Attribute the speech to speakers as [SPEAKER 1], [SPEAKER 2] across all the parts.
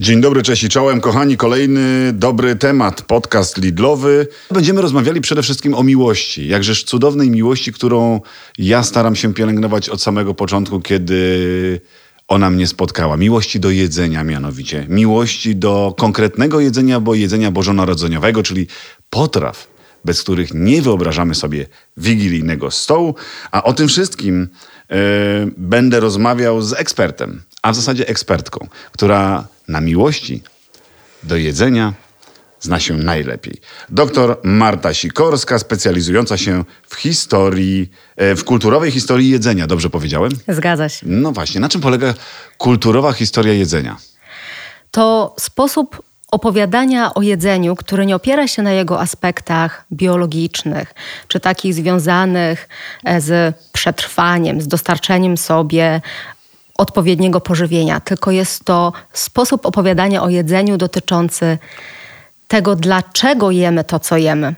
[SPEAKER 1] Dzień dobry, cześć i czołem. Kochani, kolejny dobry temat, podcast Lidlowy. Będziemy rozmawiali przede wszystkim o miłości. Jakżeż cudownej miłości, którą ja staram się pielęgnować od samego początku, kiedy ona mnie spotkała. Miłości do jedzenia mianowicie. Miłości do konkretnego jedzenia, bo jedzenia bożonarodzeniowego, czyli potraw, bez których nie wyobrażamy sobie wigilijnego stołu. A o tym wszystkim będę rozmawiał z ekspertem, a w zasadzie ekspertką, która na miłości do jedzenia zna się najlepiej. Doktor Marta Sikorska, specjalizująca się w historii, w kulturowej historii jedzenia. Dobrze powiedziałem?
[SPEAKER 2] Zgadza się.
[SPEAKER 1] No właśnie. Na czym polega kulturowa historia jedzenia?
[SPEAKER 2] To sposób opowiadania o jedzeniu, który nie opiera się na jego aspektach biologicznych, czy takich związanych z przetrwaniem, z dostarczeniem sobie odpowiedniego pożywienia, tylko jest to sposób opowiadania o jedzeniu dotyczący tego, dlaczego jemy to, co jemy.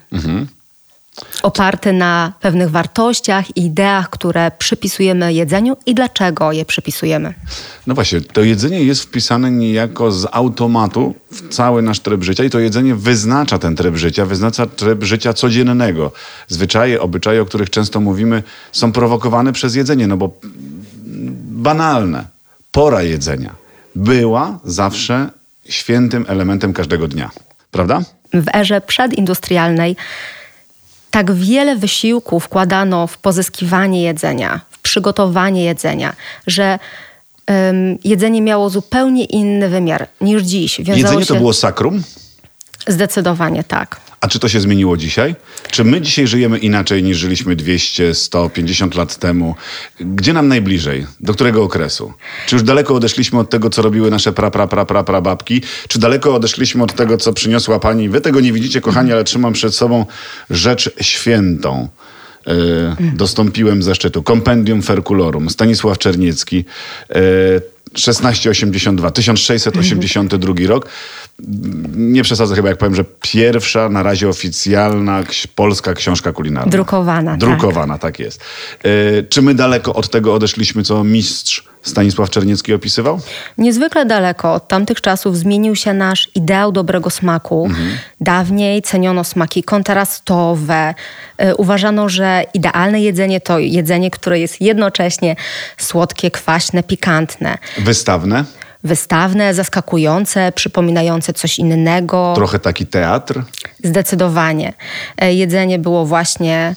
[SPEAKER 2] Oparty na pewnych wartościach i ideach, które przypisujemy jedzeniu i dlaczego je przypisujemy.
[SPEAKER 1] No właśnie, to jedzenie jest wpisane niejako z automatu w cały nasz tryb życia i to jedzenie wyznacza ten tryb życia, wyznacza tryb życia codziennego. Zwyczaje, obyczaje, o których często mówimy, są prowokowane przez jedzenie, no bo banalne. Pora jedzenia była zawsze świętym elementem każdego dnia. Prawda?
[SPEAKER 2] W erze przedindustrialnej tak wiele wysiłku wkładano w pozyskiwanie jedzenia, w przygotowanie jedzenia, że jedzenie miało zupełnie inny wymiar niż dziś.
[SPEAKER 1] Jedzenie to było sakrum?
[SPEAKER 2] Zdecydowanie tak.
[SPEAKER 1] A czy to się zmieniło dzisiaj? Czy my dzisiaj żyjemy inaczej niż żyliśmy 200, 150 lat temu? Gdzie nam najbliżej? Do którego okresu? Czy już daleko odeszliśmy od tego, co robiły nasze prababki? Czy daleko odeszliśmy od tego, co przyniosła pani? Wy tego nie widzicie, kochani, ale trzymam przed sobą rzecz świętą. Dostąpiłem zaszczytu. Compendium Ferculorum, Stanisław Czerniecki, 1682 rok. Nie przesadzę chyba, jak powiem, że pierwsza na razie oficjalna polska książka kulinarna.
[SPEAKER 2] Drukowana,
[SPEAKER 1] tak jest. Czy my daleko od tego odeszliśmy, co mistrz Stanisław Czerniecki opisywał?
[SPEAKER 2] Niezwykle daleko. Od tamtych czasów zmienił się nasz ideał dobrego smaku. Dawniej ceniono smaki kontrastowe. Uważano, że idealne jedzenie to jedzenie, które jest jednocześnie słodkie, kwaśne, pikantne. Wystawne, zaskakujące, przypominające coś innego.
[SPEAKER 1] Trochę taki teatr?
[SPEAKER 2] Zdecydowanie. Jedzenie było właśnie...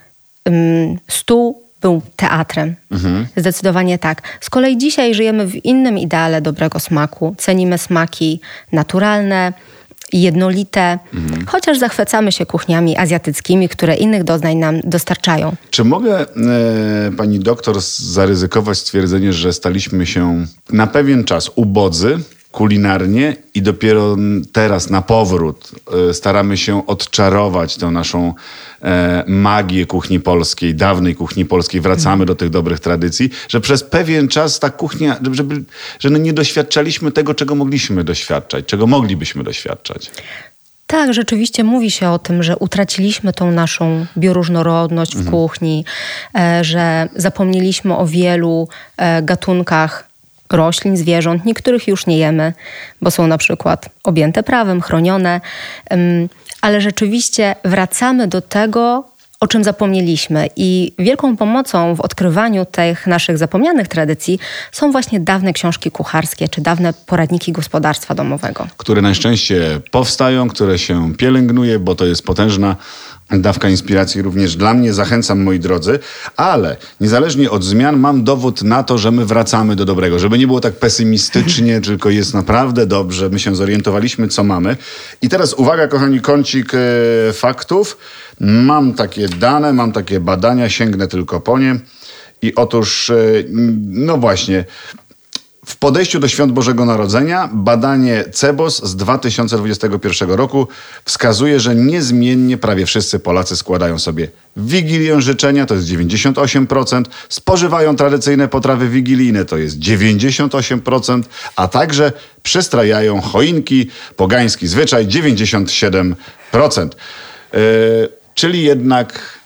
[SPEAKER 2] stół był teatrem. Zdecydowanie tak. Z kolei dzisiaj żyjemy w innym ideale dobrego smaku. Cenimy smaki naturalne, jednolite, chociaż zachwycamy się kuchniami azjatyckimi, które innych doznań nam dostarczają.
[SPEAKER 1] Czy mogę, pani doktor, zaryzykować stwierdzenie, że staliśmy się na pewien czas ubodzy kulinarnie i dopiero teraz na powrót staramy się odczarować tę naszą magię kuchni polskiej, dawnej kuchni polskiej, wracamy do tych dobrych tradycji, że przez pewien czas ta kuchnia, że nie doświadczaliśmy tego, czego mogliśmy doświadczać, czego moglibyśmy doświadczać.
[SPEAKER 2] Tak, rzeczywiście mówi się o tym, że utraciliśmy tą naszą bioróżnorodność w kuchni, że zapomnieliśmy o wielu gatunkach roślin, zwierząt. Niektórych już nie jemy, bo są na przykład objęte prawem, chronione, ale rzeczywiście wracamy do tego, o czym zapomnieliśmy. I wielką pomocą w odkrywaniu tych naszych zapomnianych tradycji są właśnie dawne książki kucharskie, czy dawne poradniki gospodarstwa domowego.
[SPEAKER 1] Które na szczęście powstają, które się pielęgnuje, bo to jest potężna dawka inspiracji również dla mnie. Zachęcam, moi drodzy, ale niezależnie od zmian mam dowód na to, że my wracamy do dobrego, żeby nie było tak pesymistycznie, tylko jest naprawdę dobrze. My się zorientowaliśmy, co mamy. I teraz uwaga, kochani, kącik faktów. Mam takie dane, mam takie badania, sięgnę tylko po nie. I otóż, no właśnie, w podejściu do Świąt Bożego Narodzenia badanie CEBOS z 2021 roku wskazuje, że niezmiennie prawie wszyscy Polacy składają sobie w Wigilię życzenia, to jest 98%, spożywają tradycyjne potrawy wigilijne, to jest 98%, a także przystrajają choinki, pogański zwyczaj, 97%. Czyli jednak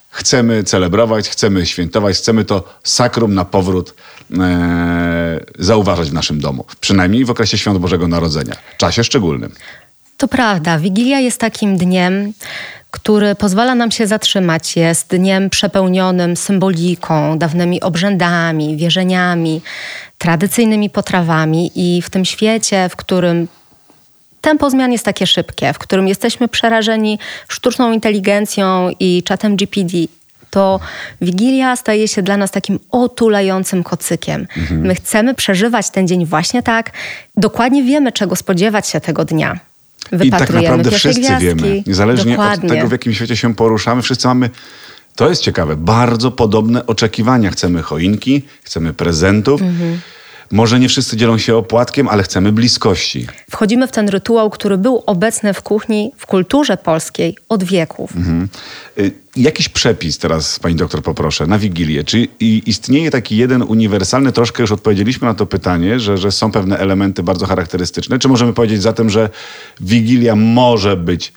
[SPEAKER 1] chcemy celebrować, chcemy świętować, chcemy to sakrum na powrót zauważać w naszym domu. Przynajmniej w okresie Świąt Bożego Narodzenia. Czasie szczególnym.
[SPEAKER 2] To prawda. Wigilia jest takim dniem, który pozwala nam się zatrzymać. Jest dniem przepełnionym symboliką, dawnymi obrzędami, wierzeniami, tradycyjnymi potrawami i w tym świecie, w którym tempo zmian jest takie szybkie, w którym jesteśmy przerażeni sztuczną inteligencją i czatem GPT, to Wigilia staje się dla nas takim otulającym kocykiem. My chcemy przeżywać ten dzień właśnie tak. Dokładnie wiemy, czego spodziewać się tego dnia.
[SPEAKER 1] I tak naprawdę wszyscy
[SPEAKER 2] gwiazdki.
[SPEAKER 1] wiemy. Niezależnie od tego, w jakim świecie się poruszamy, wszyscy mamy, to jest ciekawe, bardzo podobne oczekiwania. Chcemy choinki, chcemy prezentów. Może nie wszyscy dzielą się opłatkiem, ale chcemy bliskości.
[SPEAKER 2] Wchodzimy w ten rytuał, który był obecny w kuchni, w kulturze polskiej od wieków.
[SPEAKER 1] Jakiś przepis teraz, pani doktor, poproszę, na Wigilię. Czy istnieje taki jeden uniwersalny, troszkę już odpowiedzieliśmy na to pytanie, że są pewne elementy bardzo charakterystyczne. Czy możemy powiedzieć zatem, że Wigilia może być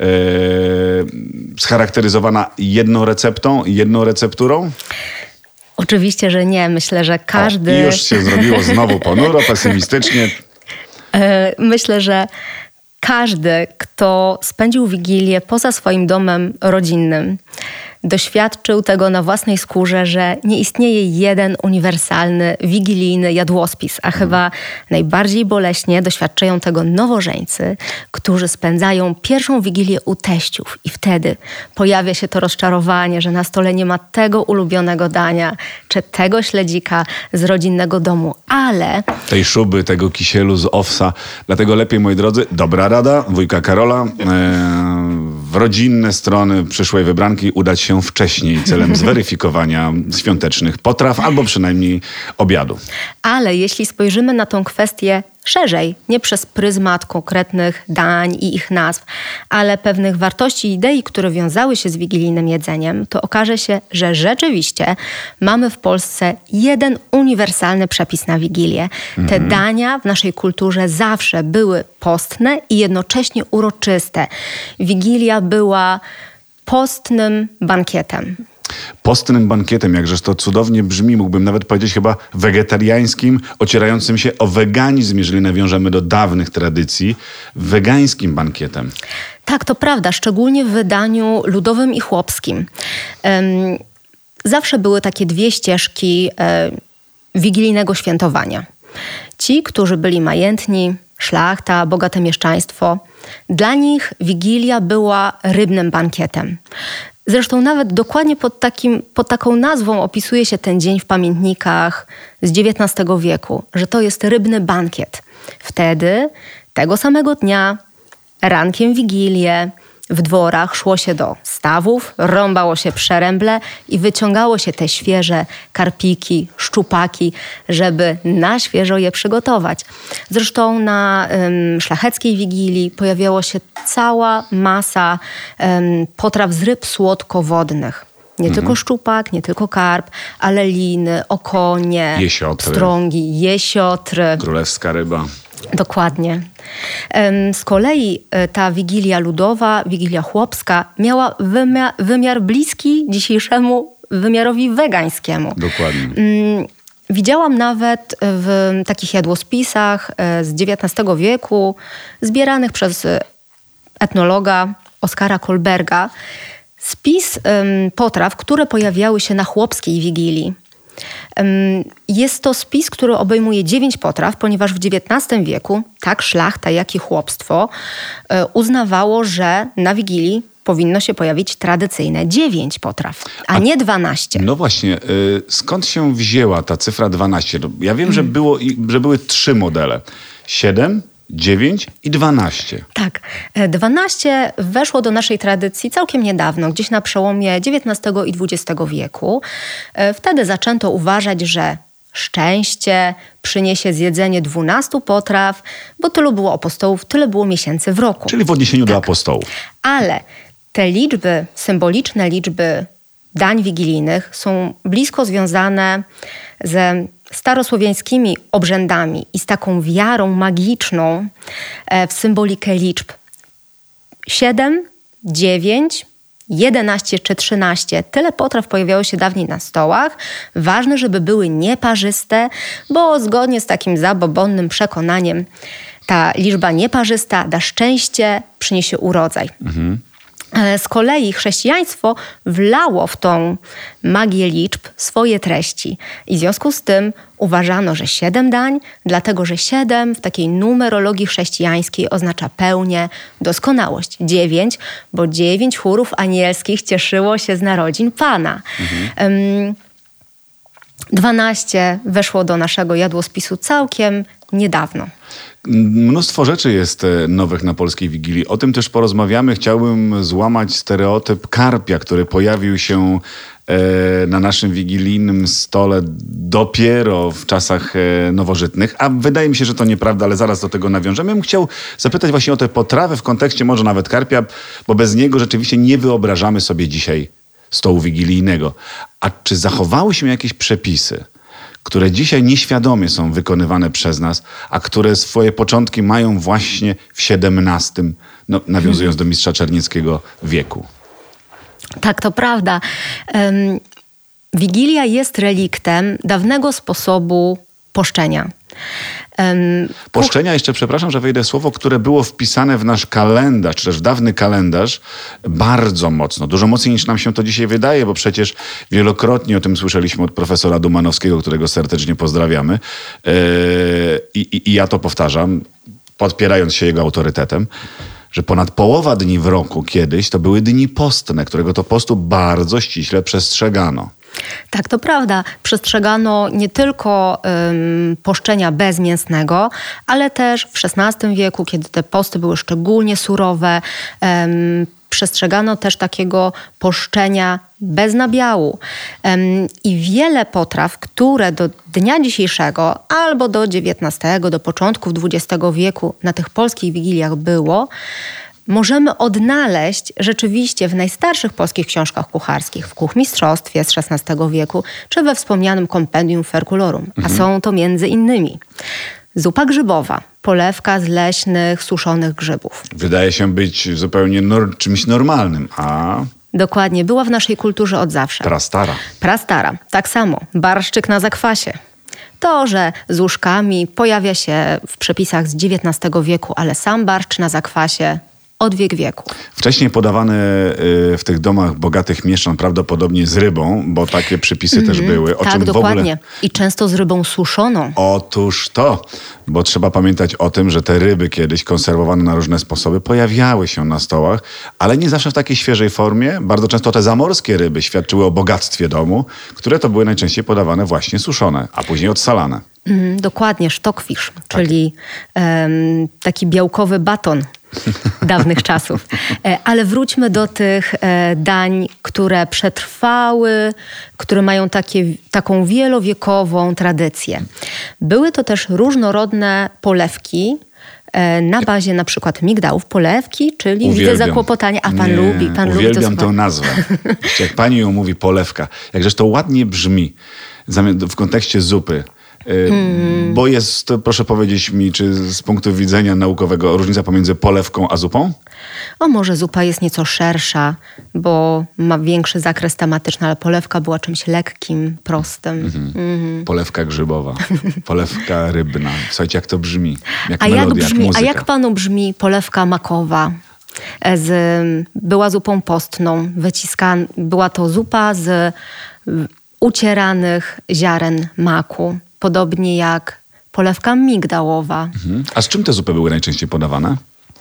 [SPEAKER 1] scharakteryzowana jedną receptą, jedną recepturą?
[SPEAKER 2] Oczywiście, że nie. Myślę, że każdy...
[SPEAKER 1] I już się zrobiło znowu ponuro, pesymistycznie.
[SPEAKER 2] Myślę, że każdy, kto spędził Wigilię poza swoim domem rodzinnym, doświadczył tego na własnej skórze, że nie istnieje jeden uniwersalny, wigilijny jadłospis, a chyba najbardziej boleśnie doświadczają tego nowożeńcy, którzy spędzają pierwszą Wigilię u teściów i wtedy pojawia się to rozczarowanie, że na stole nie ma tego ulubionego dania, czy tego śledzika z rodzinnego domu, ale... tej
[SPEAKER 1] szuby, tego kisielu z owsa. Dlatego lepiej, moi drodzy, dobra rada wujka Karola, w rodzinne strony przyszłej wybranki udać się wcześniej celem zweryfikowania świątecznych potraw albo przynajmniej obiadu.
[SPEAKER 2] Ale jeśli spojrzymy na tą kwestię szerzej, nie przez pryzmat konkretnych dań i ich nazw, ale pewnych wartości i idei, które wiązały się z wigilijnym jedzeniem, to okaże się, że rzeczywiście mamy w Polsce jeden uniwersalny przepis na Wigilię. Te dania w naszej kulturze zawsze były postne i jednocześnie uroczyste. Wigilia była postnym bankietem.
[SPEAKER 1] Postnym bankietem, jakżeż to cudownie brzmi, mógłbym nawet powiedzieć chyba wegetariańskim, ocierającym się o weganizm, jeżeli nawiążemy do dawnych tradycji, wegańskim bankietem.
[SPEAKER 2] Tak, to prawda, szczególnie w wydaniu ludowym i chłopskim. Zawsze były takie dwie ścieżki wigilijnego świętowania. Ci, którzy byli majętni, szlachta, bogate mieszczaństwo, dla nich Wigilia była rybnym bankietem. Zresztą nawet dokładnie pod taką nazwą opisuje się ten dzień w pamiętnikach z XIX wieku, że to jest rybny bankiet. Wtedy, tego samego dnia, rankiem Wigilię, w dworach szło się do stawów, rąbało się przeręble i wyciągało się te świeże karpiki, szczupaki, żeby na świeżo je przygotować. Zresztą na szlacheckiej Wigilii pojawiała się cała masa potraw z ryb słodkowodnych. Nie tylko szczupak, nie tylko karp, ale liny, okonie, pstrągi, jesiotry.
[SPEAKER 1] Królewska ryba.
[SPEAKER 2] Dokładnie. Z kolei ta Wigilia ludowa, Wigilia chłopska miała wymiar bliski dzisiejszemu wymiarowi wegańskiemu.
[SPEAKER 1] Dokładnie.
[SPEAKER 2] Widziałam nawet w takich jadłospisach z XIX wieku, zbieranych przez etnologa Oskara Kolberga, spis potraw, które pojawiały się na chłopskiej Wigilii. Jest to spis, który obejmuje 9 potraw, ponieważ w XIX wieku tak szlachta, jak i chłopstwo uznawało, że na Wigilii powinno się pojawić tradycyjne 9 potraw, a nie 12.
[SPEAKER 1] No właśnie, skąd się wzięła ta cyfra 12? Ja wiem, że były 3 modele. 7, 9 i 12.
[SPEAKER 2] Tak. 12 weszło do naszej tradycji całkiem niedawno, gdzieś na przełomie XIX i XX wieku. Wtedy zaczęto uważać, że szczęście przyniesie zjedzenie 12 potraw, bo tylu było apostołów, tyle było miesięcy w roku.
[SPEAKER 1] Czyli w odniesieniu do apostołów.
[SPEAKER 2] Ale te liczby, symboliczne liczby dań wigilijnych są blisko związane ze starosłowiańskimi obrzędami i z taką wiarą magiczną w symbolikę liczb. 7, 9 11 czy 13. Tyle potraw pojawiało się dawniej na stołach. Ważne, żeby były nieparzyste, bo zgodnie z takim zabobonnym przekonaniem ta liczba nieparzysta da szczęście, przyniesie urodzaj. Z kolei chrześcijaństwo wlało w tą magię liczb swoje treści i w związku z tym uważano, że 7 dań, dlatego że 7 w takiej numerologii chrześcijańskiej oznacza pełnię, doskonałość. 9, bo 9 chórów anielskich cieszyło się z narodzin Pana. 12 weszło do naszego jadłospisu całkiem niedawno.
[SPEAKER 1] Mnóstwo rzeczy jest nowych na Polskiej Wigilii. O tym też porozmawiamy. Chciałbym złamać stereotyp karpia, który pojawił się na naszym wigilijnym stole dopiero w czasach nowożytnych. A wydaje mi się, że to nieprawda, ale zaraz do tego nawiążemy. Ja bym chciał zapytać właśnie o tę potrawę w kontekście może nawet karpia, bo bez niego rzeczywiście nie wyobrażamy sobie dzisiaj stołu wigilijnego. A czy zachowały się jakieś przepisy, które dzisiaj nieświadomie są wykonywane przez nas, a które swoje początki mają właśnie w XVII, nawiązując do mistrza Czernieckiego, wieku?
[SPEAKER 2] Tak, to prawda. Wigilia jest reliktem dawnego sposobu poszczenia.
[SPEAKER 1] Poszczenia, jeszcze przepraszam, że wejdę w słowo, które było wpisane w nasz kalendarz, czy też w dawny kalendarz bardzo mocno, dużo mocniej niż nam się to dzisiaj wydaje, bo przecież wielokrotnie o tym słyszeliśmy od profesora Dumanowskiego, którego serdecznie pozdrawiamy. I ja to powtarzam, podpierając się jego autorytetem, że ponad połowa dni w roku kiedyś to były dni postne, którego to postu bardzo ściśle przestrzegano.
[SPEAKER 2] Tak, to prawda. Przestrzegano nie tylko poszczenia bezmięsnego, ale też w XVI wieku, kiedy te posty były szczególnie surowe, przestrzegano też takiego poszczenia bez nabiału. I wiele potraw, które do dnia dzisiejszego albo do XIX, do początków XX wieku na tych polskich wigiliach było, możemy odnaleźć rzeczywiście w najstarszych polskich książkach kucharskich, w Kuchmistrzostwie z XVI wieku, czy we wspomnianym Compendium Ferculorum. A są to między innymi zupa grzybowa, polewka z leśnych, suszonych grzybów.
[SPEAKER 1] Wydaje się być zupełnie czymś normalnym, a...
[SPEAKER 2] Dokładnie, była w naszej kulturze od zawsze.
[SPEAKER 1] Prastara.
[SPEAKER 2] Prastara, tak samo. Barszczyk na zakwasie. To, że z łóżkami pojawia się w przepisach z XIX wieku, ale sam barszcz na zakwasie od wiek wieku.
[SPEAKER 1] Wcześniej podawany w tych domach bogatych mieszczan prawdopodobnie z rybą, bo takie przepisy też były. O
[SPEAKER 2] tak,
[SPEAKER 1] czym
[SPEAKER 2] dokładnie.
[SPEAKER 1] W ogóle...
[SPEAKER 2] I często z rybą suszoną.
[SPEAKER 1] Otóż to, bo trzeba pamiętać o tym, że te ryby kiedyś konserwowane na różne sposoby pojawiały się na stołach, ale nie zawsze w takiej świeżej formie. Bardzo często te zamorskie ryby świadczyły o bogactwie domu, które to były najczęściej podawane właśnie suszone, a później odsalane.
[SPEAKER 2] Dokładnie, stockfish, czyli taki białkowy baton dawnych czasów. Ale wróćmy do tych dań, które przetrwały, które mają taką wielowiekową tradycję. Były to też różnorodne polewki na bazie na przykład migdałów, polewki, czyli widzę zakłopotanie. A pan lubi to
[SPEAKER 1] uwielbiam tę nazwę. Jak pani ją mówi, polewka. Jakżeż to ładnie brzmi w kontekście zupy. Bo jest, proszę powiedzieć mi, czy z punktu widzenia naukowego różnica pomiędzy polewką a zupą?
[SPEAKER 2] O, może zupa jest nieco szersza, bo ma większy zakres tematyczny, ale polewka była czymś lekkim, prostym.
[SPEAKER 1] Polewka grzybowa, polewka rybna. Słuchajcie, jak to brzmi. Jak melodia, jak muzyka.
[SPEAKER 2] A jak panu brzmi polewka makowa? Była zupą postną, była to zupa z ucieranych ziaren maku. Podobnie jak polewka migdałowa.
[SPEAKER 1] A z czym te zupy były najczęściej podawane?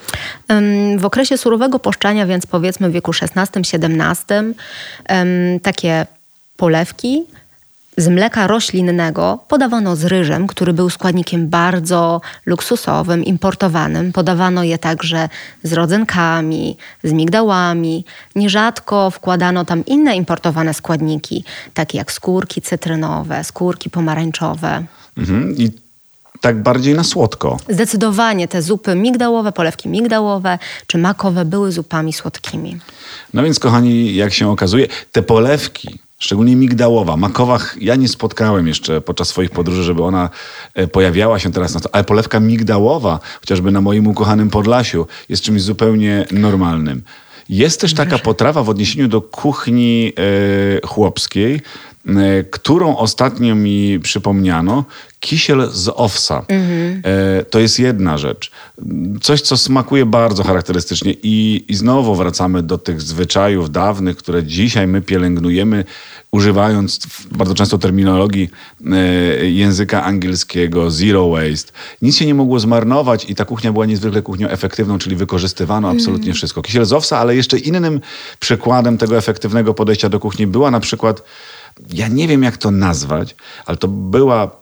[SPEAKER 2] W okresie surowego poszczania, więc powiedzmy w wieku XVI-XVII, takie polewki z mleka roślinnego podawano z ryżem, który był składnikiem bardzo luksusowym, importowanym. Podawano je także z rodzynkami, z migdałami. Nierzadko wkładano tam inne importowane składniki, takie jak skórki cytrynowe, skórki pomarańczowe.
[SPEAKER 1] I tak bardziej na słodko.
[SPEAKER 2] Zdecydowanie te zupy migdałowe, polewki migdałowe czy makowe były zupami słodkimi.
[SPEAKER 1] No więc kochani, jak się okazuje, te polewki, szczególnie migdałowa, makowa, ja nie spotkałem jeszcze podczas swoich podróży, żeby ona pojawiała się teraz na to. Ale polewka migdałowa, chociażby na moim ukochanym Podlasiu, jest czymś zupełnie normalnym. Jest też taka potrawa w odniesieniu do kuchni chłopskiej, którą ostatnio mi przypomniano, kisiel z owsa. To jest jedna rzecz. Coś, co smakuje bardzo charakterystycznie i znowu wracamy do tych zwyczajów dawnych, które dzisiaj my pielęgnujemy, używając bardzo często terminologii języka angielskiego, zero waste. Nic się nie mogło zmarnować i ta kuchnia była niezwykle kuchnią efektywną, czyli wykorzystywano absolutnie wszystko. Kisiel z owsa, ale jeszcze innym przykładem tego efektywnego podejścia do kuchni była na przykład, ja nie wiem jak to nazwać, ale to była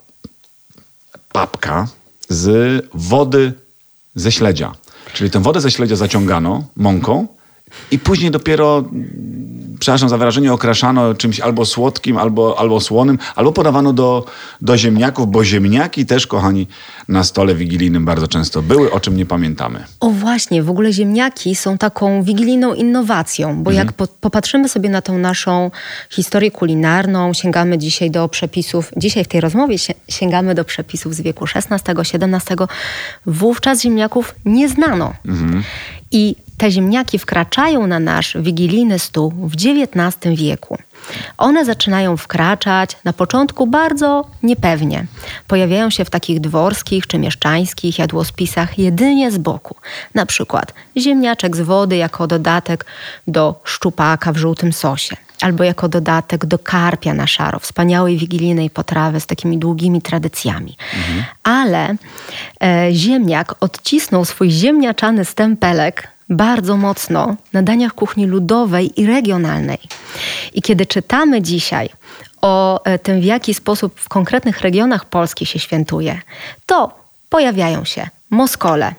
[SPEAKER 1] papka z wody ze śledzia. Czyli tę wodę ze śledzia zaciągano mąką i później dopiero, przepraszam za wyrażenie, okraszano czymś albo słodkim, albo słonym, albo podawano do ziemniaków, bo ziemniaki też, kochani, na stole wigilijnym bardzo często były, o czym nie pamiętamy.
[SPEAKER 2] O właśnie, w ogóle ziemniaki są taką wigilijną innowacją, bo jak popatrzymy sobie na tą naszą historię kulinarną, sięgamy dzisiaj do przepisów, dzisiaj w tej rozmowie sięgamy do przepisów z wieku XVI-XVII, wówczas ziemniaków nie znano. I te ziemniaki wkraczają na nasz wigilijny stół w XIX wieku. One zaczynają wkraczać na początku bardzo niepewnie. Pojawiają się w takich dworskich czy mieszczańskich jadłospisach jedynie z boku. Na przykład ziemniaczek z wody jako dodatek do szczupaka w żółtym sosie. Albo jako dodatek do karpia na szaro, wspaniałej wigilijnej potrawy z takimi długimi tradycjami. Ale ziemniak odcisnął swój ziemniaczany stempelek bardzo mocno na daniach kuchni ludowej i regionalnej. I kiedy czytamy dzisiaj o tym, w jaki sposób w konkretnych regionach Polski się świętuje, to pojawiają się moskole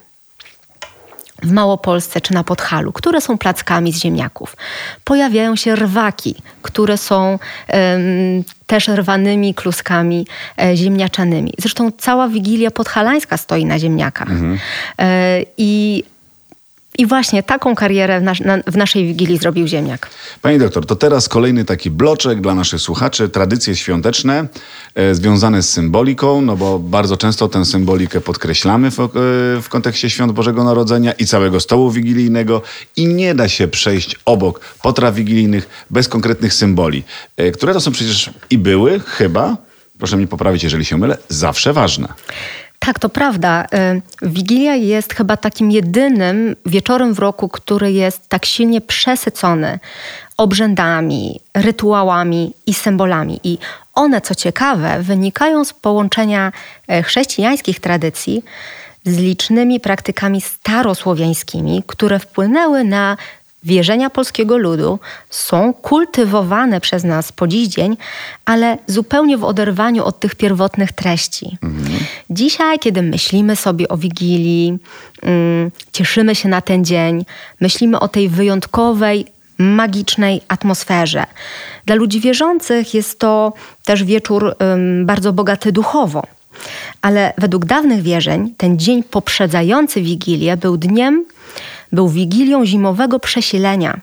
[SPEAKER 2] w Małopolsce czy na Podhalu, które są plackami z ziemniaków. Pojawiają się rwaki, które są też rwanymi kluskami ziemniaczanymi. Zresztą cała Wigilia podhalańska stoi na ziemniakach. I właśnie taką karierę w naszej Wigilii zrobił ziemniak.
[SPEAKER 1] Pani doktor, to teraz kolejny taki bloczek dla naszych słuchaczy. Tradycje świąteczne związane z symboliką, no bo bardzo często tę symbolikę podkreślamy w kontekście Świąt Bożego Narodzenia i całego stołu wigilijnego i nie da się przejść obok potraw wigilijnych bez konkretnych symboli, które to są przecież i były chyba, proszę mnie poprawić, jeżeli się mylę, zawsze ważne.
[SPEAKER 2] Tak, to prawda. Wigilia jest chyba takim jedynym wieczorem w roku, który jest tak silnie przesycony obrzędami, rytuałami i symbolami. I one, co ciekawe, wynikają z połączenia chrześcijańskich tradycji z licznymi praktykami starosłowiańskimi, które wpłynęły na wierzenia polskiego ludu, są kultywowane przez nas po dziś dzień, ale zupełnie w oderwaniu od tych pierwotnych treści. Dzisiaj, kiedy myślimy sobie o Wigilii, cieszymy się na ten dzień, myślimy o tej wyjątkowej, magicznej atmosferze. Dla ludzi wierzących jest to też wieczór bardzo bogaty duchowo. Ale według dawnych wierzeń ten dzień poprzedzający Wigilię był wigilią zimowego przesilenia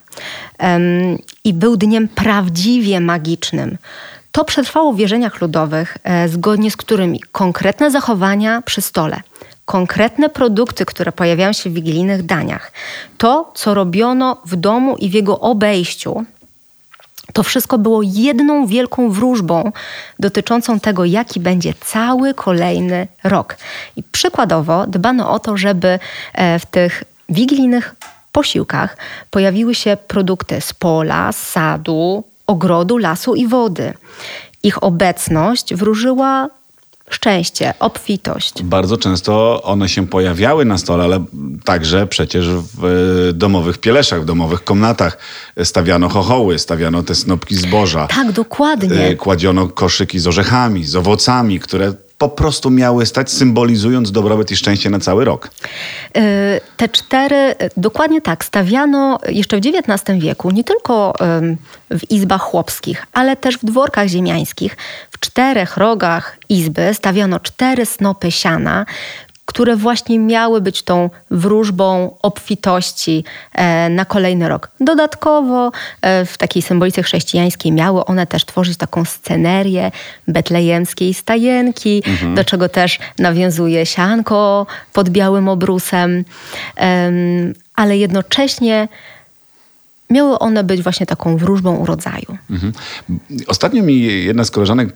[SPEAKER 2] i był dniem prawdziwie magicznym. To przetrwało w wierzeniach ludowych, zgodnie z którymi konkretne zachowania przy stole, konkretne produkty, które pojawiają się w wigilijnych daniach, to, co robiono w domu i w jego obejściu, to wszystko było jedną wielką wróżbą dotyczącą tego, jaki będzie cały kolejny rok. I przykładowo dbano o to, żeby w tych wigilijnych posiłkach pojawiły się produkty z pola, z sadu, ogrodu, lasu i wody. Ich obecność wróżyła szczęście, obfitość.
[SPEAKER 1] Bardzo często one się pojawiały na stole, ale także przecież w domowych pieleszach, w domowych komnatach stawiano chochoły, stawiano te snopki zboża.
[SPEAKER 2] Tak, dokładnie.
[SPEAKER 1] Kładziono koszyki z orzechami, z owocami, które po prostu miały stać, symbolizując dobrobyt i szczęście na cały rok.
[SPEAKER 2] Te 4, dokładnie tak, stawiano jeszcze w XIX wieku, nie tylko w izbach chłopskich, ale też w dworkach ziemiańskich. W 4 rogach izby stawiano 4 snopy siana, które właśnie miały być tą wróżbą obfitości na kolejny rok. Dodatkowo w takiej symbolice chrześcijańskiej miały one też tworzyć taką scenerię betlejemskiej stajenki, do czego też nawiązuje sianko pod białym obrusem, ale jednocześnie miały one być właśnie taką wróżbą urodzaju.
[SPEAKER 1] Ostatnio mi jedna z koleżanek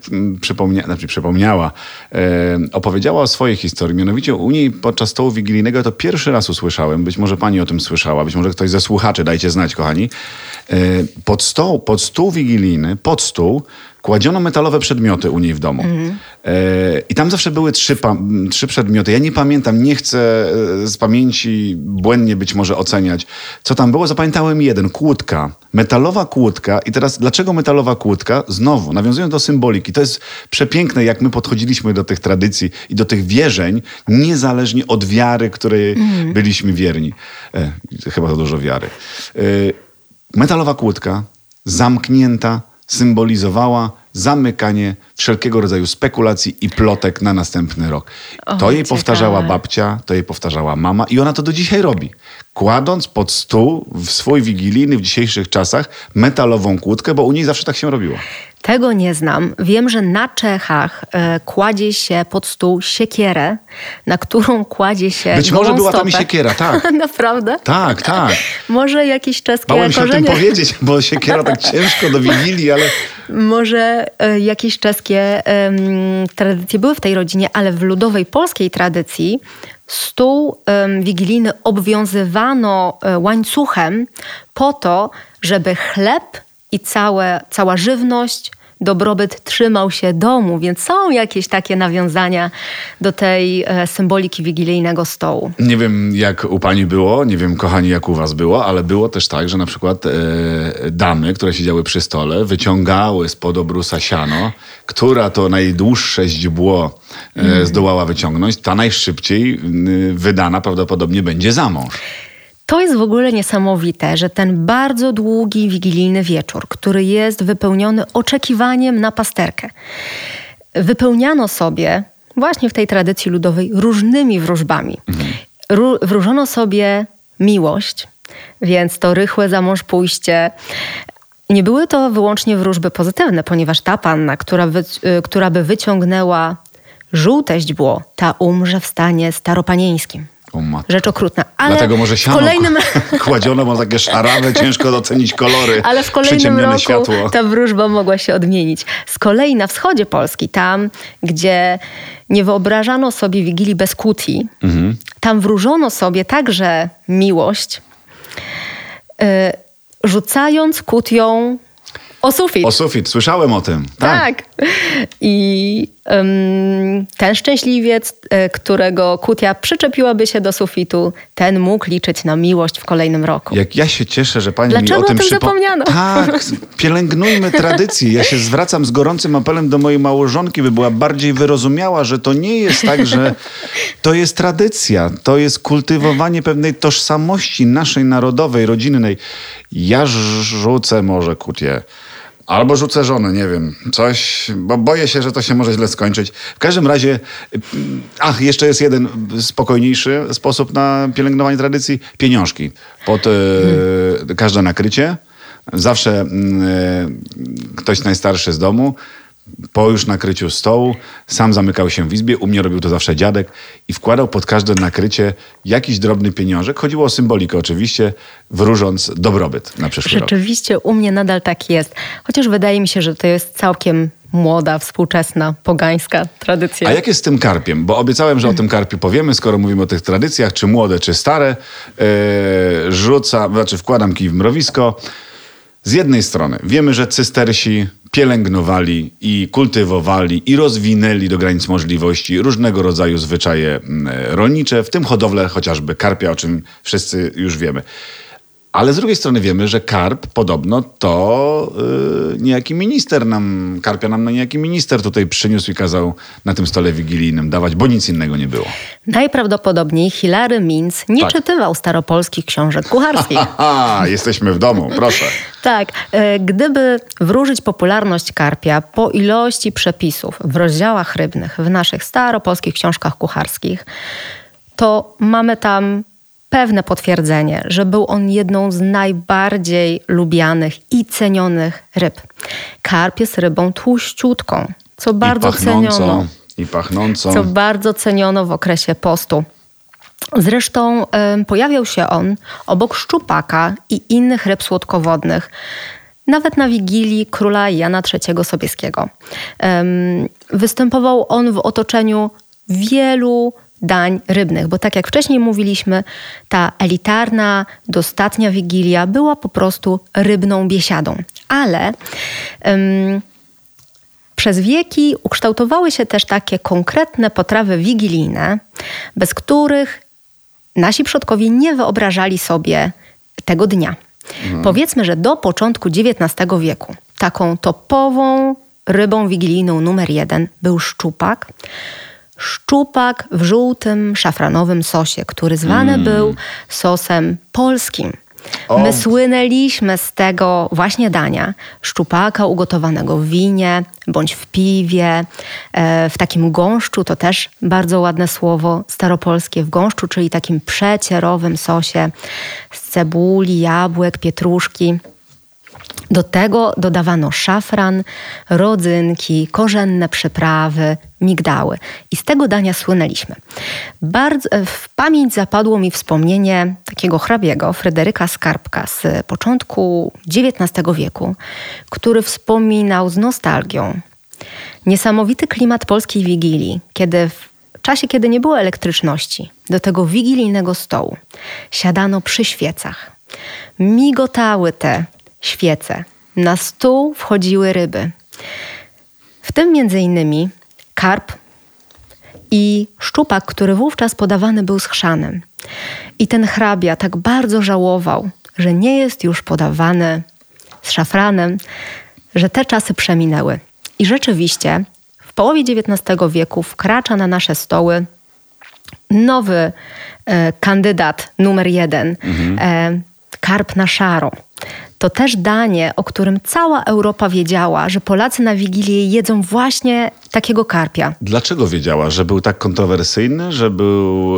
[SPEAKER 1] opowiedziała o swojej historii. Mianowicie u niej podczas stołu wigilijnego to pierwszy raz usłyszałem, być może pani o tym słyszała, być może ktoś ze słuchaczy, dajcie znać, kochani. Pod stół wigilijny, pod stół kładziono metalowe przedmioty u niej w domu. I tam zawsze były trzy przedmioty. Ja nie pamiętam, nie chcę z pamięci błędnie być może oceniać, co tam było. Zapamiętałem jeden. Kłódka. Metalowa kłódka. I teraz dlaczego metalowa kłódka? Znowu, nawiązując do symboliki. To jest przepiękne, jak my podchodziliśmy do tych tradycji i do tych wierzeń, niezależnie od wiary, której byliśmy wierni. Chyba za dużo wiary. Metalowa kłódka, zamknięta, symbolizowała zamykanie wszelkiego rodzaju spekulacji i plotek na następny rok. To jej powtarzała babcia, to jej powtarzała mama i ona to do dzisiaj robi. Kładąc pod stół w swój wigilijny w dzisiejszych czasach metalową kłódkę, bo u niej zawsze tak się robiło.
[SPEAKER 2] Tego nie znam. Wiem, że na Czechach kładzie się pod stół siekierę, na którą kładzie się
[SPEAKER 1] Być może była tam i siekiera, tak.
[SPEAKER 2] Naprawdę?
[SPEAKER 1] Tak, tak.
[SPEAKER 2] Może jakieś czeskie
[SPEAKER 1] Bałem się o tym powiedzieć, bo siekiera tak ciężko do Wigilii, ale...
[SPEAKER 2] Może jakieś czeskie tradycje były w tej rodzinie, ale w ludowej polskiej tradycji stół wigilijny obwiązywano łańcuchem po to, żeby chleb i cała żywność, dobrobyt trzymał się domu, więc są jakieś takie nawiązania do tej symboliki wigilijnego stołu.
[SPEAKER 1] Nie wiem, jak u pani było, nie wiem, kochani, jak u was było, ale było też tak, że na przykład damy, które siedziały przy stole, wyciągały spod obrusa siano, która to najdłuższe źdźbło zdołała wyciągnąć, ta najszybciej wydana prawdopodobnie będzie za mąż.
[SPEAKER 2] To jest w ogóle niesamowite, że ten bardzo długi wigilijny wieczór, który jest wypełniony oczekiwaniem na pasterkę, wypełniano sobie właśnie w tej tradycji ludowej różnymi wróżbami. Wróżono sobie miłość, więc to rychłe za mąż pójście. Nie były to wyłącznie wróżby pozytywne, ponieważ ta panna, która by wyciągnęła żółte źdźbło, ta umrze w stanie staropanieńskim. Rzecz okrutna. Ale
[SPEAKER 1] dlatego może siano kładziono, ma takie szarawe, ciężko docenić kolory.
[SPEAKER 2] Ale w kolejnym roku
[SPEAKER 1] światło.
[SPEAKER 2] Ta wróżba mogła się odmienić. Z kolei na wschodzie Polski, tam gdzie nie wyobrażano sobie Wigilii bez kłótni, tam wróżono sobie także miłość, rzucając kłótnią o sufit.
[SPEAKER 1] O sufit, słyszałem o tym.
[SPEAKER 2] Tak. I ten szczęśliwiec, którego kłótnia przyczepiłaby się do sufitu, ten mógł liczyć na miłość w kolejnym roku.
[SPEAKER 1] Jak ja się cieszę, że pani
[SPEAKER 2] Dlaczego
[SPEAKER 1] mi o tym
[SPEAKER 2] zapomniano?
[SPEAKER 1] Tak, pielęgnujmy tradycję. Ja się zwracam z gorącym apelem do mojej małżonki, by była bardziej wyrozumiała, że to nie jest tak, że to jest tradycja. To jest kultywowanie pewnej tożsamości naszej narodowej, rodzinnej. Ja rzucę może kłótnię. Albo rzucę żonę, nie wiem, coś, bo boję się, że to się może źle skończyć. W każdym razie, jeszcze jest jeden spokojniejszy sposób na pielęgnowanie tradycji. Pieniążki pod każde nakrycie. Zawsze ktoś najstarszy z domu po już nakryciu stołu sam zamykał się w izbie. U mnie robił to zawsze dziadek i wkładał pod każde nakrycie jakiś drobny pieniążek. Chodziło o symbolikę oczywiście, wróżąc dobrobyt na przyszły rok.
[SPEAKER 2] Rzeczywiście u mnie nadal tak jest. Chociaż wydaje mi się, że to jest całkiem młoda, współczesna, pogańska tradycja.
[SPEAKER 1] A jak jest z tym karpiem? Bo obiecałem, że o tym karpiu powiemy, skoro mówimy o tych tradycjach, czy młode, czy stare. Wkładam kij w mrowisko. Z jednej strony wiemy, że cystersi pielęgnowali i kultywowali i rozwinęli do granic możliwości różnego rodzaju zwyczaje rolnicze, w tym hodowlę chociażby karpia, o czym wszyscy już wiemy. Ale z drugiej strony wiemy, że karp podobno to niejaki minister karpia nam niejaki minister tutaj przyniósł i kazał na tym stole wigilijnym dawać, bo nic innego nie było.
[SPEAKER 2] Najprawdopodobniej Hilary Minc nie czytywał staropolskich książek kucharskich.
[SPEAKER 1] Jesteśmy w domu, proszę.
[SPEAKER 2] Tak, gdyby wróżyć popularność karpia po ilości przepisów w rozdziałach rybnych w naszych staropolskich książkach kucharskich, to mamy tam pewne potwierdzenie, że był on jedną z najbardziej lubianych i cenionych ryb. Karp jest rybą tłuściutką, co bardzo ceniono.
[SPEAKER 1] I pachnącą.
[SPEAKER 2] Co bardzo ceniono w okresie postu. Zresztą pojawiał się on obok szczupaka i innych ryb słodkowodnych, nawet na wigilii króla Jana III Sobieskiego. Występował on w otoczeniu wielu dań rybnych, bo tak jak wcześniej mówiliśmy, ta elitarna, dostatnia wigilia była po prostu rybną biesiadą. Ale przez wieki ukształtowały się też takie konkretne potrawy wigilijne, bez których nasi przodkowie nie wyobrażali sobie tego dnia. Powiedzmy, że do początku XIX wieku taką topową rybą wigilijną numer 1 był szczupak. Szczupak w żółtym, szafranowym sosie, który zwany był sosem polskim. My słynęliśmy z tego właśnie dania. Szczupaka ugotowanego w winie bądź w piwie, w takim gąszczu, to też bardzo ładne słowo staropolskie, w gąszczu, czyli takim przecierowym sosie z cebuli, jabłek, pietruszki. Do tego dodawano szafran, rodzynki, korzenne przyprawy, migdały. I z tego dania słynęliśmy. Bardzo w pamięć zapadło mi wspomnienie takiego hrabiego, Fryderyka Skarbka z początku XIX wieku, który wspominał z nostalgią niesamowity klimat polskiej wigilii, kiedy w czasie, kiedy nie było elektryczności, do tego wigilijnego stołu siadano przy świecach. Migotały te świece. Na stół wchodziły ryby. W tym m.in. karp i szczupak, który wówczas podawany był z chrzanem. I ten hrabia tak bardzo żałował, że nie jest już podawany z szafranem, że te czasy przeminęły. I rzeczywiście w połowie XIX wieku wkracza na nasze stoły nowy kandydat numer 1, karp na szaro. To też danie, o którym cała Europa wiedziała, że Polacy na Wigilię jedzą właśnie takiego karpia.
[SPEAKER 1] Dlaczego wiedziała? Że był tak kontrowersyjny? Że był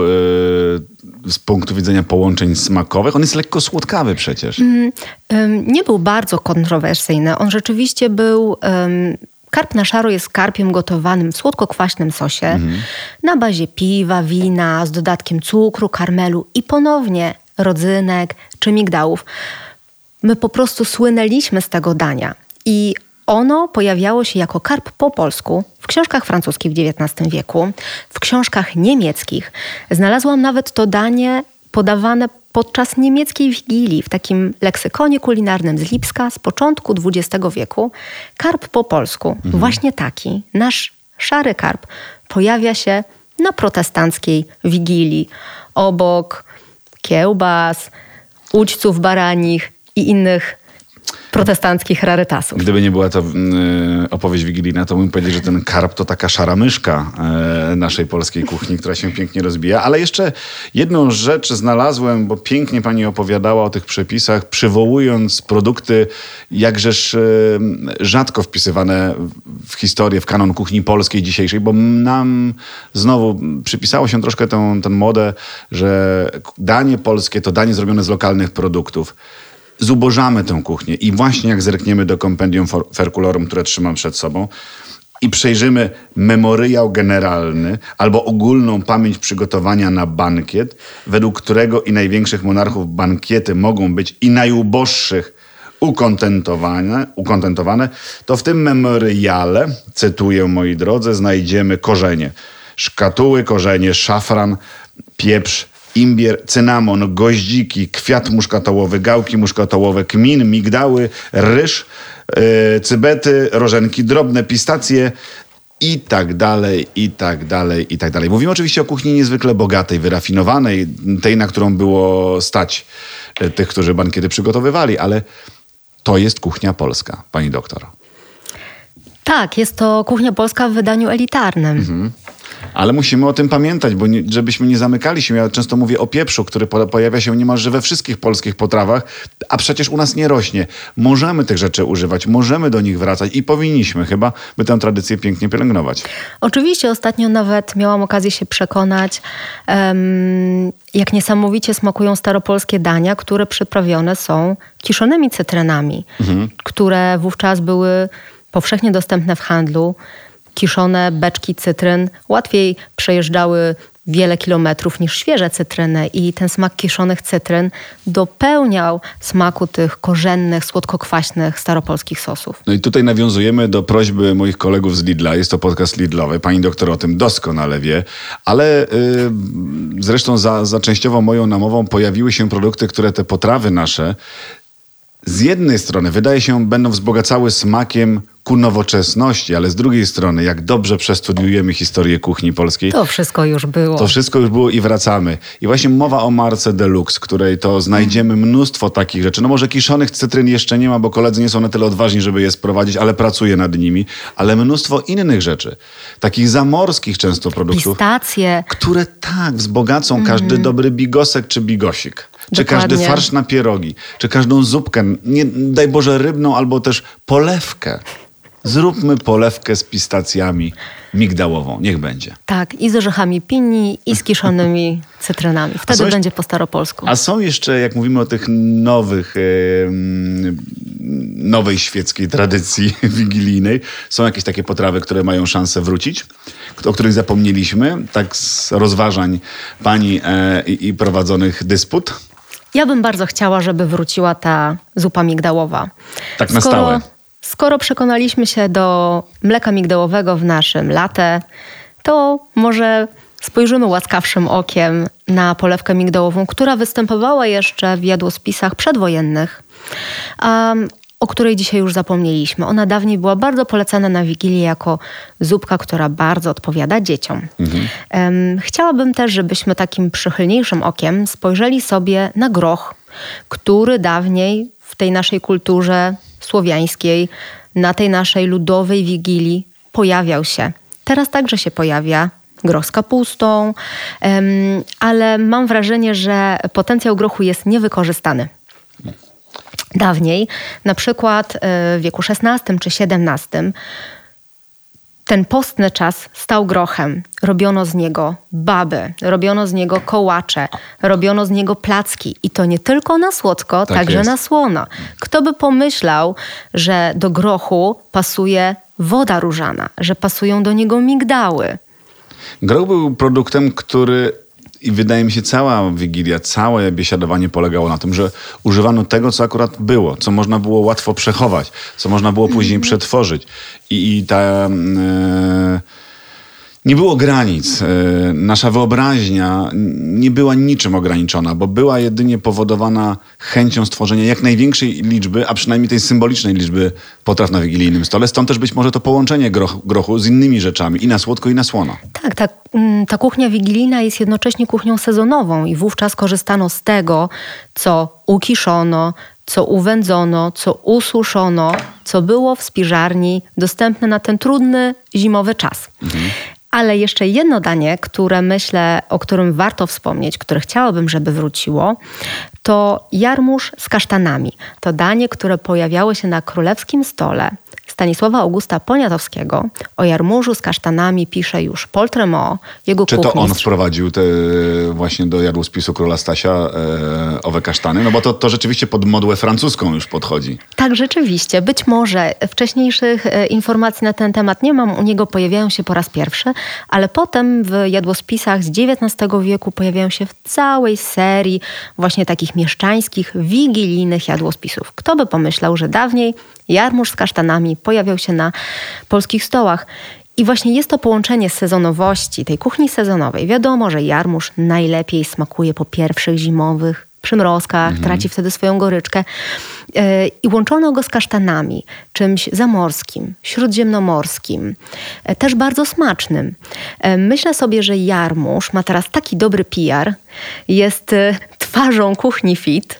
[SPEAKER 1] z punktu widzenia połączeń smakowych? On jest lekko słodkawy przecież.
[SPEAKER 2] Nie był bardzo kontrowersyjny. On rzeczywiście był... Karp na szaro jest karpiem gotowanym w słodko-kwaśnym sosie na bazie piwa, wina, z dodatkiem cukru, karmelu i ponownie rodzynek czy migdałów. My po prostu słynęliśmy z tego dania i ono pojawiało się jako karp po polsku w książkach francuskich w XIX wieku, w książkach niemieckich. Znalazłam nawet to danie podawane podczas niemieckiej wigilii w takim leksykonie kulinarnym z Lipska z początku XX wieku. Karp po polsku, właśnie taki, nasz szary karp, pojawia się na protestanckiej wigilii obok kiełbas, udźców baranich i innych protestanckich rarytasów.
[SPEAKER 1] Gdyby nie była to opowieść wigilijna, to bym powiedział, że ten karp to taka szara myszka naszej polskiej kuchni, która się pięknie rozbija. Ale jeszcze jedną rzecz znalazłem, bo pięknie pani opowiadała o tych przepisach, przywołując produkty jakżeż rzadko wpisywane w historię, w kanon kuchni polskiej dzisiejszej, bo nam znowu przypisało się troszkę tę modę, że danie polskie to danie zrobione z lokalnych produktów. Zubożamy tę kuchnię i właśnie jak zerkniemy do Compendium Ferculorum, które trzymam przed sobą i przejrzymy memoriał generalny albo ogólną pamięć przygotowania na bankiet, według którego i największych monarchów bankiety mogą być i najuboższych ukontentowane, to w tym memoriale, cytuję moi drodzy, znajdziemy korzenie. Szkatuły, korzenie, szafran, pieprz, imbier, cynamon, goździki, kwiat muszkatołowy, gałki muszkatołowe, kmin, migdały, ryż, cybety, rożenki drobne, pistacje i tak dalej, i tak dalej, i tak dalej. Mówimy oczywiście o kuchni niezwykle bogatej, wyrafinowanej, tej, na którą było stać tych, którzy bankiety przygotowywali, ale to jest kuchnia polska, pani doktor.
[SPEAKER 2] Tak, jest to kuchnia polska w wydaniu elitarnym.
[SPEAKER 1] Ale musimy o tym pamiętać, bo żebyśmy nie zamykali się. Ja często mówię o pieprzu, który pojawia się niemalże we wszystkich polskich potrawach, a przecież u nas nie rośnie. Możemy tych rzeczy używać, możemy do nich wracać i powinniśmy chyba, by tę tradycję pięknie pielęgnować.
[SPEAKER 2] Oczywiście ostatnio nawet miałam okazję się przekonać, jak niesamowicie smakują staropolskie dania, które przyprawione są kiszonymi cytrynami, które wówczas były powszechnie dostępne w handlu. Kiszone beczki cytryn łatwiej przejeżdżały wiele kilometrów niż świeże cytryny i ten smak kiszonych cytryn dopełniał smaku tych korzennych, słodko-kwaśnych staropolskich sosów.
[SPEAKER 1] No i tutaj nawiązujemy do prośby moich kolegów z Lidla. Jest to podcast Lidlowy. Pani doktor o tym doskonale wie, ale zresztą za częściową moją namową pojawiły się produkty, które te potrawy nasze z jednej strony wydaje się będą wzbogacały smakiem ku nowoczesności, ale z drugiej strony, jak dobrze przestudiujemy historię kuchni polskiej...
[SPEAKER 2] To wszystko już było.
[SPEAKER 1] To wszystko już było i wracamy. I właśnie mowa o marce Deluxe, której to znajdziemy mnóstwo takich rzeczy. No może kiszonych cytryn jeszcze nie ma, bo koledzy nie są na tyle odważni, żeby je sprowadzić, ale pracuję nad nimi. Ale mnóstwo innych rzeczy. Takich zamorskich często produktów.
[SPEAKER 2] Pistacje.
[SPEAKER 1] Które tak wzbogacą każdy dobry bigosek czy bigosik. Czy
[SPEAKER 2] Dokładnie.
[SPEAKER 1] każdy farsz na pierogi. Czy każdą zupkę, nie daj Boże rybną, albo też polewkę. Zróbmy polewkę z pistacjami migdałową. Niech będzie.
[SPEAKER 2] Tak, i z orzechami pinni, i z kiszonymi cytrynami. Wtedy będzie po staropolsku.
[SPEAKER 1] A są jeszcze, jak mówimy o tych nowej świeckiej tradycji wigilijnej, są jakieś takie potrawy, które mają szansę wrócić, o których zapomnieliśmy, tak z rozważań pani i prowadzonych dysput?
[SPEAKER 2] Ja bym bardzo chciała, żeby wróciła ta zupa migdałowa.
[SPEAKER 1] Tak na stałe.
[SPEAKER 2] Skoro przekonaliśmy się do mleka migdałowego w naszym latte, to może spojrzymy łaskawszym okiem na polewkę migdałową, która występowała jeszcze w jadłospisach przedwojennych, o której dzisiaj już zapomnieliśmy. Ona dawniej była bardzo polecana na Wigilię jako zupka, która bardzo odpowiada dzieciom. Chciałabym też, żebyśmy takim przychylniejszym okiem spojrzeli sobie na groch, który dawniej w tej naszej kulturze słowiańskiej, na tej naszej ludowej Wigilii pojawiał się. Teraz także się pojawia groch z kapustą, ale mam wrażenie, że potencjał grochu jest niewykorzystany. Dawniej, na przykład w wieku XVI czy XVII, ten postny czas stał grochem. Robiono z niego baby, robiono z niego kołacze, robiono z niego placki. I to nie tylko na słodko, także na słono. Kto by pomyślał, że do grochu pasuje woda różana, że pasują do niego migdały.
[SPEAKER 1] Groch był produktem, który... I wydaje mi się, cała Wigilia, całe biesiadowanie polegało na tym, że używano tego, co akurat było, co można było łatwo przechować, co można było później przetworzyć. I ta... Nie było granic. Nasza wyobraźnia nie była niczym ograniczona, bo była jedynie powodowana chęcią stworzenia jak największej liczby, a przynajmniej tej symbolicznej liczby potraw na wigilijnym stole. Stąd też być może to połączenie grochu z innymi rzeczami, i na słodko, i na słono.
[SPEAKER 2] Tak, ta kuchnia wigilijna jest jednocześnie kuchnią sezonową i wówczas korzystano z tego, co ukiszono, co uwędzono, co ususzono, co było w spiżarni dostępne na ten trudny zimowy czas. Ale jeszcze jedno danie, które myślę, o którym warto wspomnieć, które chciałabym, żeby wróciło, to jarmuż z kasztanami. To danie, które pojawiało się na królewskim stole Stanisława Augusta Poniatowskiego. O jarmużu z kasztanami pisze już Paul Tremont, jego kuchmistrz.
[SPEAKER 1] Czy to on wprowadził właśnie do jadłospisu króla Stasia owe kasztany? No bo to rzeczywiście pod modłę francuską już podchodzi.
[SPEAKER 2] Tak, rzeczywiście. Być może wcześniejszych informacji na ten temat nie mam. U niego pojawiają się po raz pierwszy, ale potem w jadłospisach z XIX wieku pojawiają się w całej serii właśnie takich mieszczańskich, wigilijnych jadłospisów. Kto by pomyślał, że dawniej jarmuż z kasztanami pojawiał się na polskich stołach. I właśnie jest to połączenie sezonowości, tej kuchni sezonowej. Wiadomo, że jarmuż najlepiej smakuje po pierwszych zimowych przymrozkach, traci wtedy swoją goryczkę. I łączono go z kasztanami, czymś zamorskim, śródziemnomorskim, też bardzo smacznym. Myślę sobie, że jarmuż ma teraz taki dobry PR, jest twarzą kuchni fit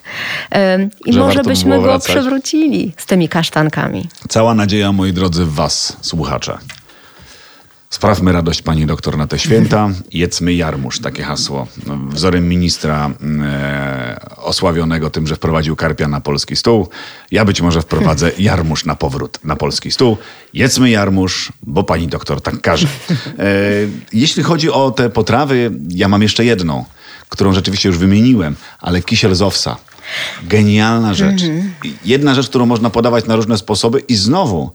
[SPEAKER 2] i
[SPEAKER 1] że
[SPEAKER 2] może byśmy go
[SPEAKER 1] wracać.
[SPEAKER 2] przywrócili z tymi kasztankami.
[SPEAKER 1] Cała nadzieja, moi drodzy, w was, słuchacze. Sprawmy radość pani doktor na te święta. Jedzmy jarmuż, takie hasło. Wzorem ministra osławionego tym, że wprowadził karpia na polski stół. Ja być może wprowadzę jarmuż na powrót na polski stół. Jedzmy jarmuż, bo pani doktor tak każe. Jeśli chodzi o te potrawy, ja mam jeszcze jedną, którą rzeczywiście już wymieniłem, ale kisiel z owsa. Genialna rzecz. Jedna rzecz, którą można podawać na różne sposoby i znowu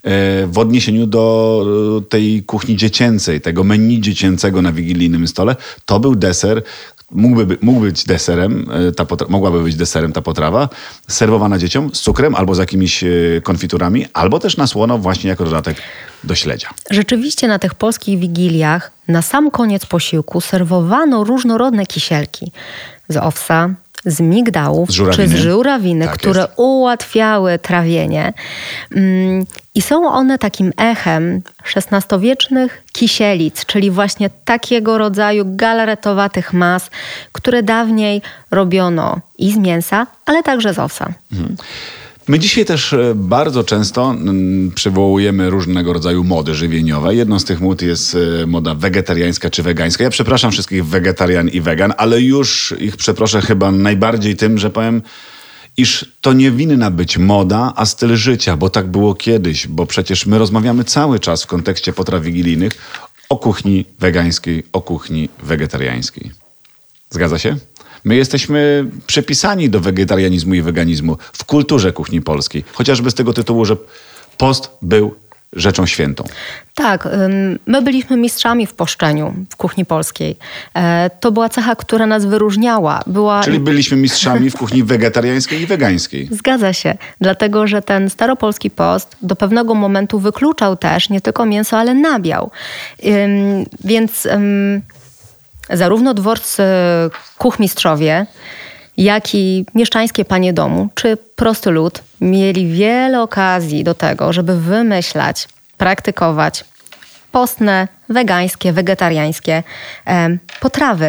[SPEAKER 1] w odniesieniu do tej kuchni dziecięcej, tego menu dziecięcego na wigilijnym stole. To był deser, mógł być deserem, mogłaby być deserem ta potrawa, serwowana dzieciom z cukrem albo z jakimiś konfiturami, albo też na słono właśnie jako dodatek do śledzia.
[SPEAKER 2] Rzeczywiście na tych polskich wigiliach na sam koniec posiłku serwowano różnorodne kisielki z owsa, z migdałów czy z żurawiny, tak, które ułatwiały trawienie. I są one takim echem XVI-wiecznych kisielic, czyli właśnie takiego rodzaju galaretowatych mas, które dawniej robiono i z mięsa, ale także z owsa.
[SPEAKER 1] My dzisiaj też bardzo często przywołujemy różnego rodzaju mody żywieniowe. Jedną z tych mód jest moda wegetariańska czy wegańska. Ja przepraszam wszystkich wegetarian i wegan, ale już ich przeproszę chyba najbardziej tym, że powiem, iż to nie winna być moda, a styl życia, bo tak było kiedyś, bo przecież my rozmawiamy cały czas w kontekście potraw wigilijnych o kuchni wegańskiej, o kuchni wegetariańskiej. Zgadza się? My jesteśmy przypisani do wegetarianizmu i weganizmu w kulturze kuchni polskiej. Chociażby z tego tytułu, że post był rzeczą świętą.
[SPEAKER 2] Tak, my byliśmy mistrzami w poszczeniu w kuchni polskiej. To była cecha, która nas wyróżniała.
[SPEAKER 1] Czyli byliśmy mistrzami w kuchni wegetariańskiej i wegańskiej.
[SPEAKER 2] Zgadza się, dlatego że ten staropolski post do pewnego momentu wykluczał też nie tylko mięso, ale nabiał. Więc zarówno dworscy kuchmistrzowie, jak i mieszczańskie panie domu, czy prosty lud mieli wiele okazji do tego, żeby wymyślać, praktykować postne, wegańskie, wegetariańskie potrawy.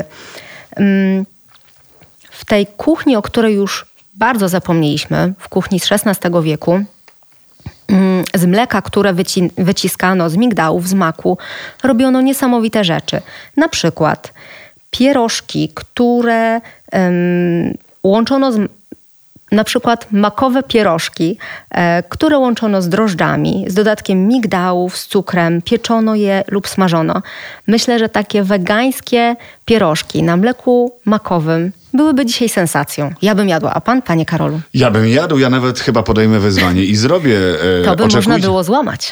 [SPEAKER 2] W tej kuchni, o której już bardzo zapomnieliśmy, w kuchni z XVI wieku, z mleka, które wyciskano, z migdałów, z maku, robiono niesamowite rzeczy. Na przykład pierożki, które łączono na przykład makowe pierożki, które łączono z drożdżami, z dodatkiem migdałów, z cukrem, pieczono je lub smażono. Myślę, że takie wegańskie pierożki na mleku makowym byłyby dzisiaj sensacją. Ja bym jadła, a pan, panie Karolu?
[SPEAKER 1] Ja bym jadł, ja nawet chyba podejmę wyzwanie i zrobię.
[SPEAKER 2] To by można było złamać.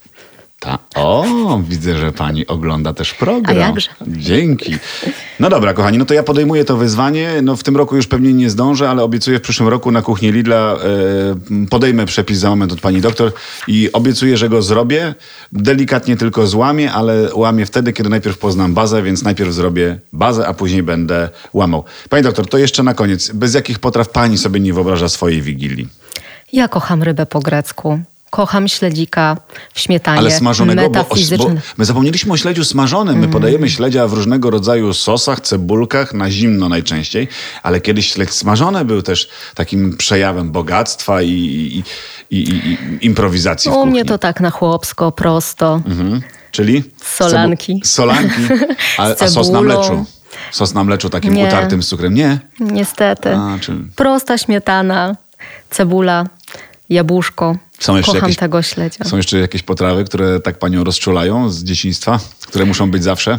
[SPEAKER 1] Widzę, że pani ogląda też program.
[SPEAKER 2] A jakże?
[SPEAKER 1] Dzięki. No dobra, kochani, no to ja podejmuję to wyzwanie. No w tym roku już pewnie nie zdążę, ale obiecuję w przyszłym roku na kuchni Lidla podejmę przepis za moment od pani doktor i obiecuję, że go zrobię. Delikatnie tylko złamię, ale łamię wtedy, kiedy najpierw poznam bazę, więc najpierw zrobię bazę, a później będę łamał. Pani doktor, to jeszcze na koniec. Bez jakich potraw pani sobie nie wyobraża swojej Wigilii?
[SPEAKER 2] Ja kocham rybę po grecku. Kocham śledzika w śmietanie.
[SPEAKER 1] Ale smażonego,
[SPEAKER 2] bo
[SPEAKER 1] my zapomnieliśmy o śledziu smażonym. My podajemy śledzia w różnego rodzaju sosach, cebulkach, na zimno najczęściej. Ale kiedyś śledź smażony był też takim przejawem bogactwa i improwizacji w kuchni.
[SPEAKER 2] U mnie to tak na chłopsko, prosto.
[SPEAKER 1] Czyli?
[SPEAKER 2] Solanki.
[SPEAKER 1] Solanki. A sos na mleczu? Sos na mleczu takim utartym z cukrem? Nie?
[SPEAKER 2] Niestety. Prosta śmietana, cebula, jabłuszko. Kocham tego śledzia.
[SPEAKER 1] Są jeszcze jakieś potrawy, które tak panią rozczulają z dzieciństwa? Które muszą być zawsze?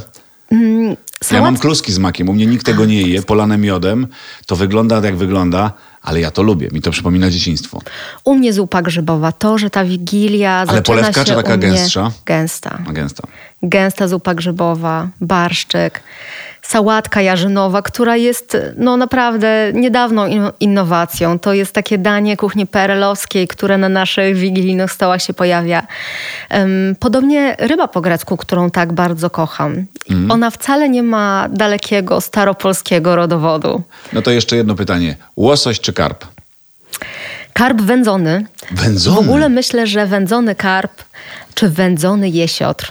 [SPEAKER 1] Ja mam kluski z makiem. U mnie nikt tego nie je. Polane miodem. To wygląda jak wygląda, ale ja to lubię. Mi to przypomina dzieciństwo.
[SPEAKER 2] U mnie zupa grzybowa. To, że ta Wigilia zaczyna się.
[SPEAKER 1] Ale polewka czy taka gęstsza?
[SPEAKER 2] Gęsta.
[SPEAKER 1] Gęsta.
[SPEAKER 2] Gęsta zupa grzybowa, barszczyk, sałatka jarzynowa, która jest naprawdę niedawną innowacją. To jest takie danie kuchni perelowskiej, które na naszych wigilijnych stołach się pojawia. Podobnie ryba po grecku, którą tak bardzo kocham. Ona wcale nie ma dalekiego, staropolskiego rodowodu.
[SPEAKER 1] No to jeszcze jedno pytanie. Łosoś czy karp?
[SPEAKER 2] Karp wędzony.
[SPEAKER 1] Wędzony?
[SPEAKER 2] W ogóle myślę, że wędzony karp czy wędzony jesiotr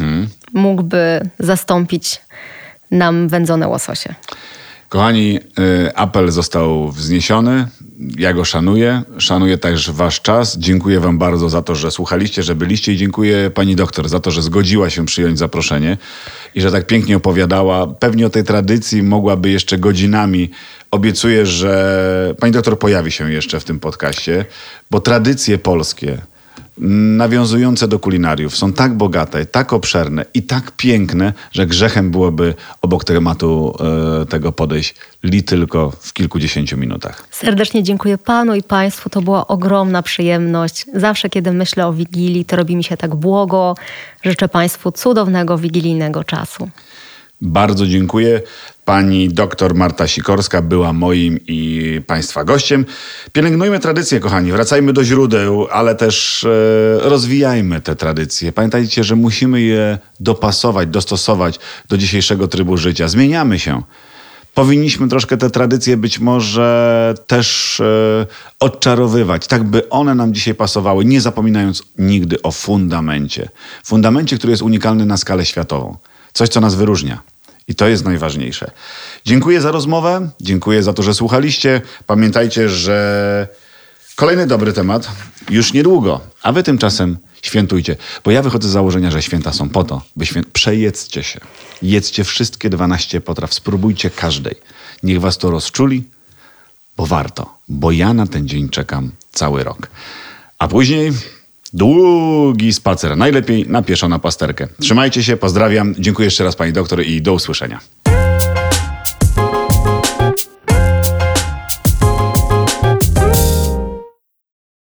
[SPEAKER 2] mógłby zastąpić nam wędzone łososie.
[SPEAKER 1] Kochani, apel został wzniesiony. Ja go szanuję. Szanuję też wasz czas. Dziękuję wam bardzo za to, że słuchaliście, że byliście i dziękuję pani doktor za to, że zgodziła się przyjąć zaproszenie i że tak pięknie opowiadała. Pewnie o tej tradycji mogłaby jeszcze godzinami. Obiecuję, że pani doktor pojawi się jeszcze w tym podcaście, bo tradycje polskie nawiązujące do kulinariów są tak bogate, tak obszerne i tak piękne, że grzechem byłoby obok tematu tego podejść tylko w kilkudziesięciu minutach.
[SPEAKER 2] Serdecznie dziękuję Panu i Państwu. To była ogromna przyjemność. Zawsze, kiedy myślę o Wigilii, to robi mi się tak błogo. Życzę Państwu cudownego wigilijnego czasu.
[SPEAKER 1] Bardzo dziękuję. Pani doktor Marta Sikorska była moim i Państwa gościem. Pielęgnujmy tradycje, kochani. Wracajmy do źródeł, ale też rozwijajmy te tradycje. Pamiętajcie, że musimy je dopasować, dostosować do dzisiejszego trybu życia. Zmieniamy się. Powinniśmy troszkę te tradycje być może też odczarowywać, tak by one nam dzisiaj pasowały, nie zapominając nigdy o fundamencie. Fundamencie, który jest unikalny na skalę światową. Coś, co nas wyróżnia. I to jest najważniejsze. Dziękuję za rozmowę, dziękuję za to, że słuchaliście. Pamiętajcie, że kolejny dobry temat już niedługo, a wy tymczasem świętujcie. Bo ja wychodzę z założenia, że święta są po to, by przejedzcie się. Jedzcie wszystkie 12 potraw, spróbujcie każdej. Niech was to rozczuli, bo warto. Bo ja na ten dzień czekam cały rok. A później długi spacer, najlepiej na pieszo na pasterkę. Trzymajcie się, pozdrawiam. Dziękuję jeszcze raz pani doktor i do usłyszenia.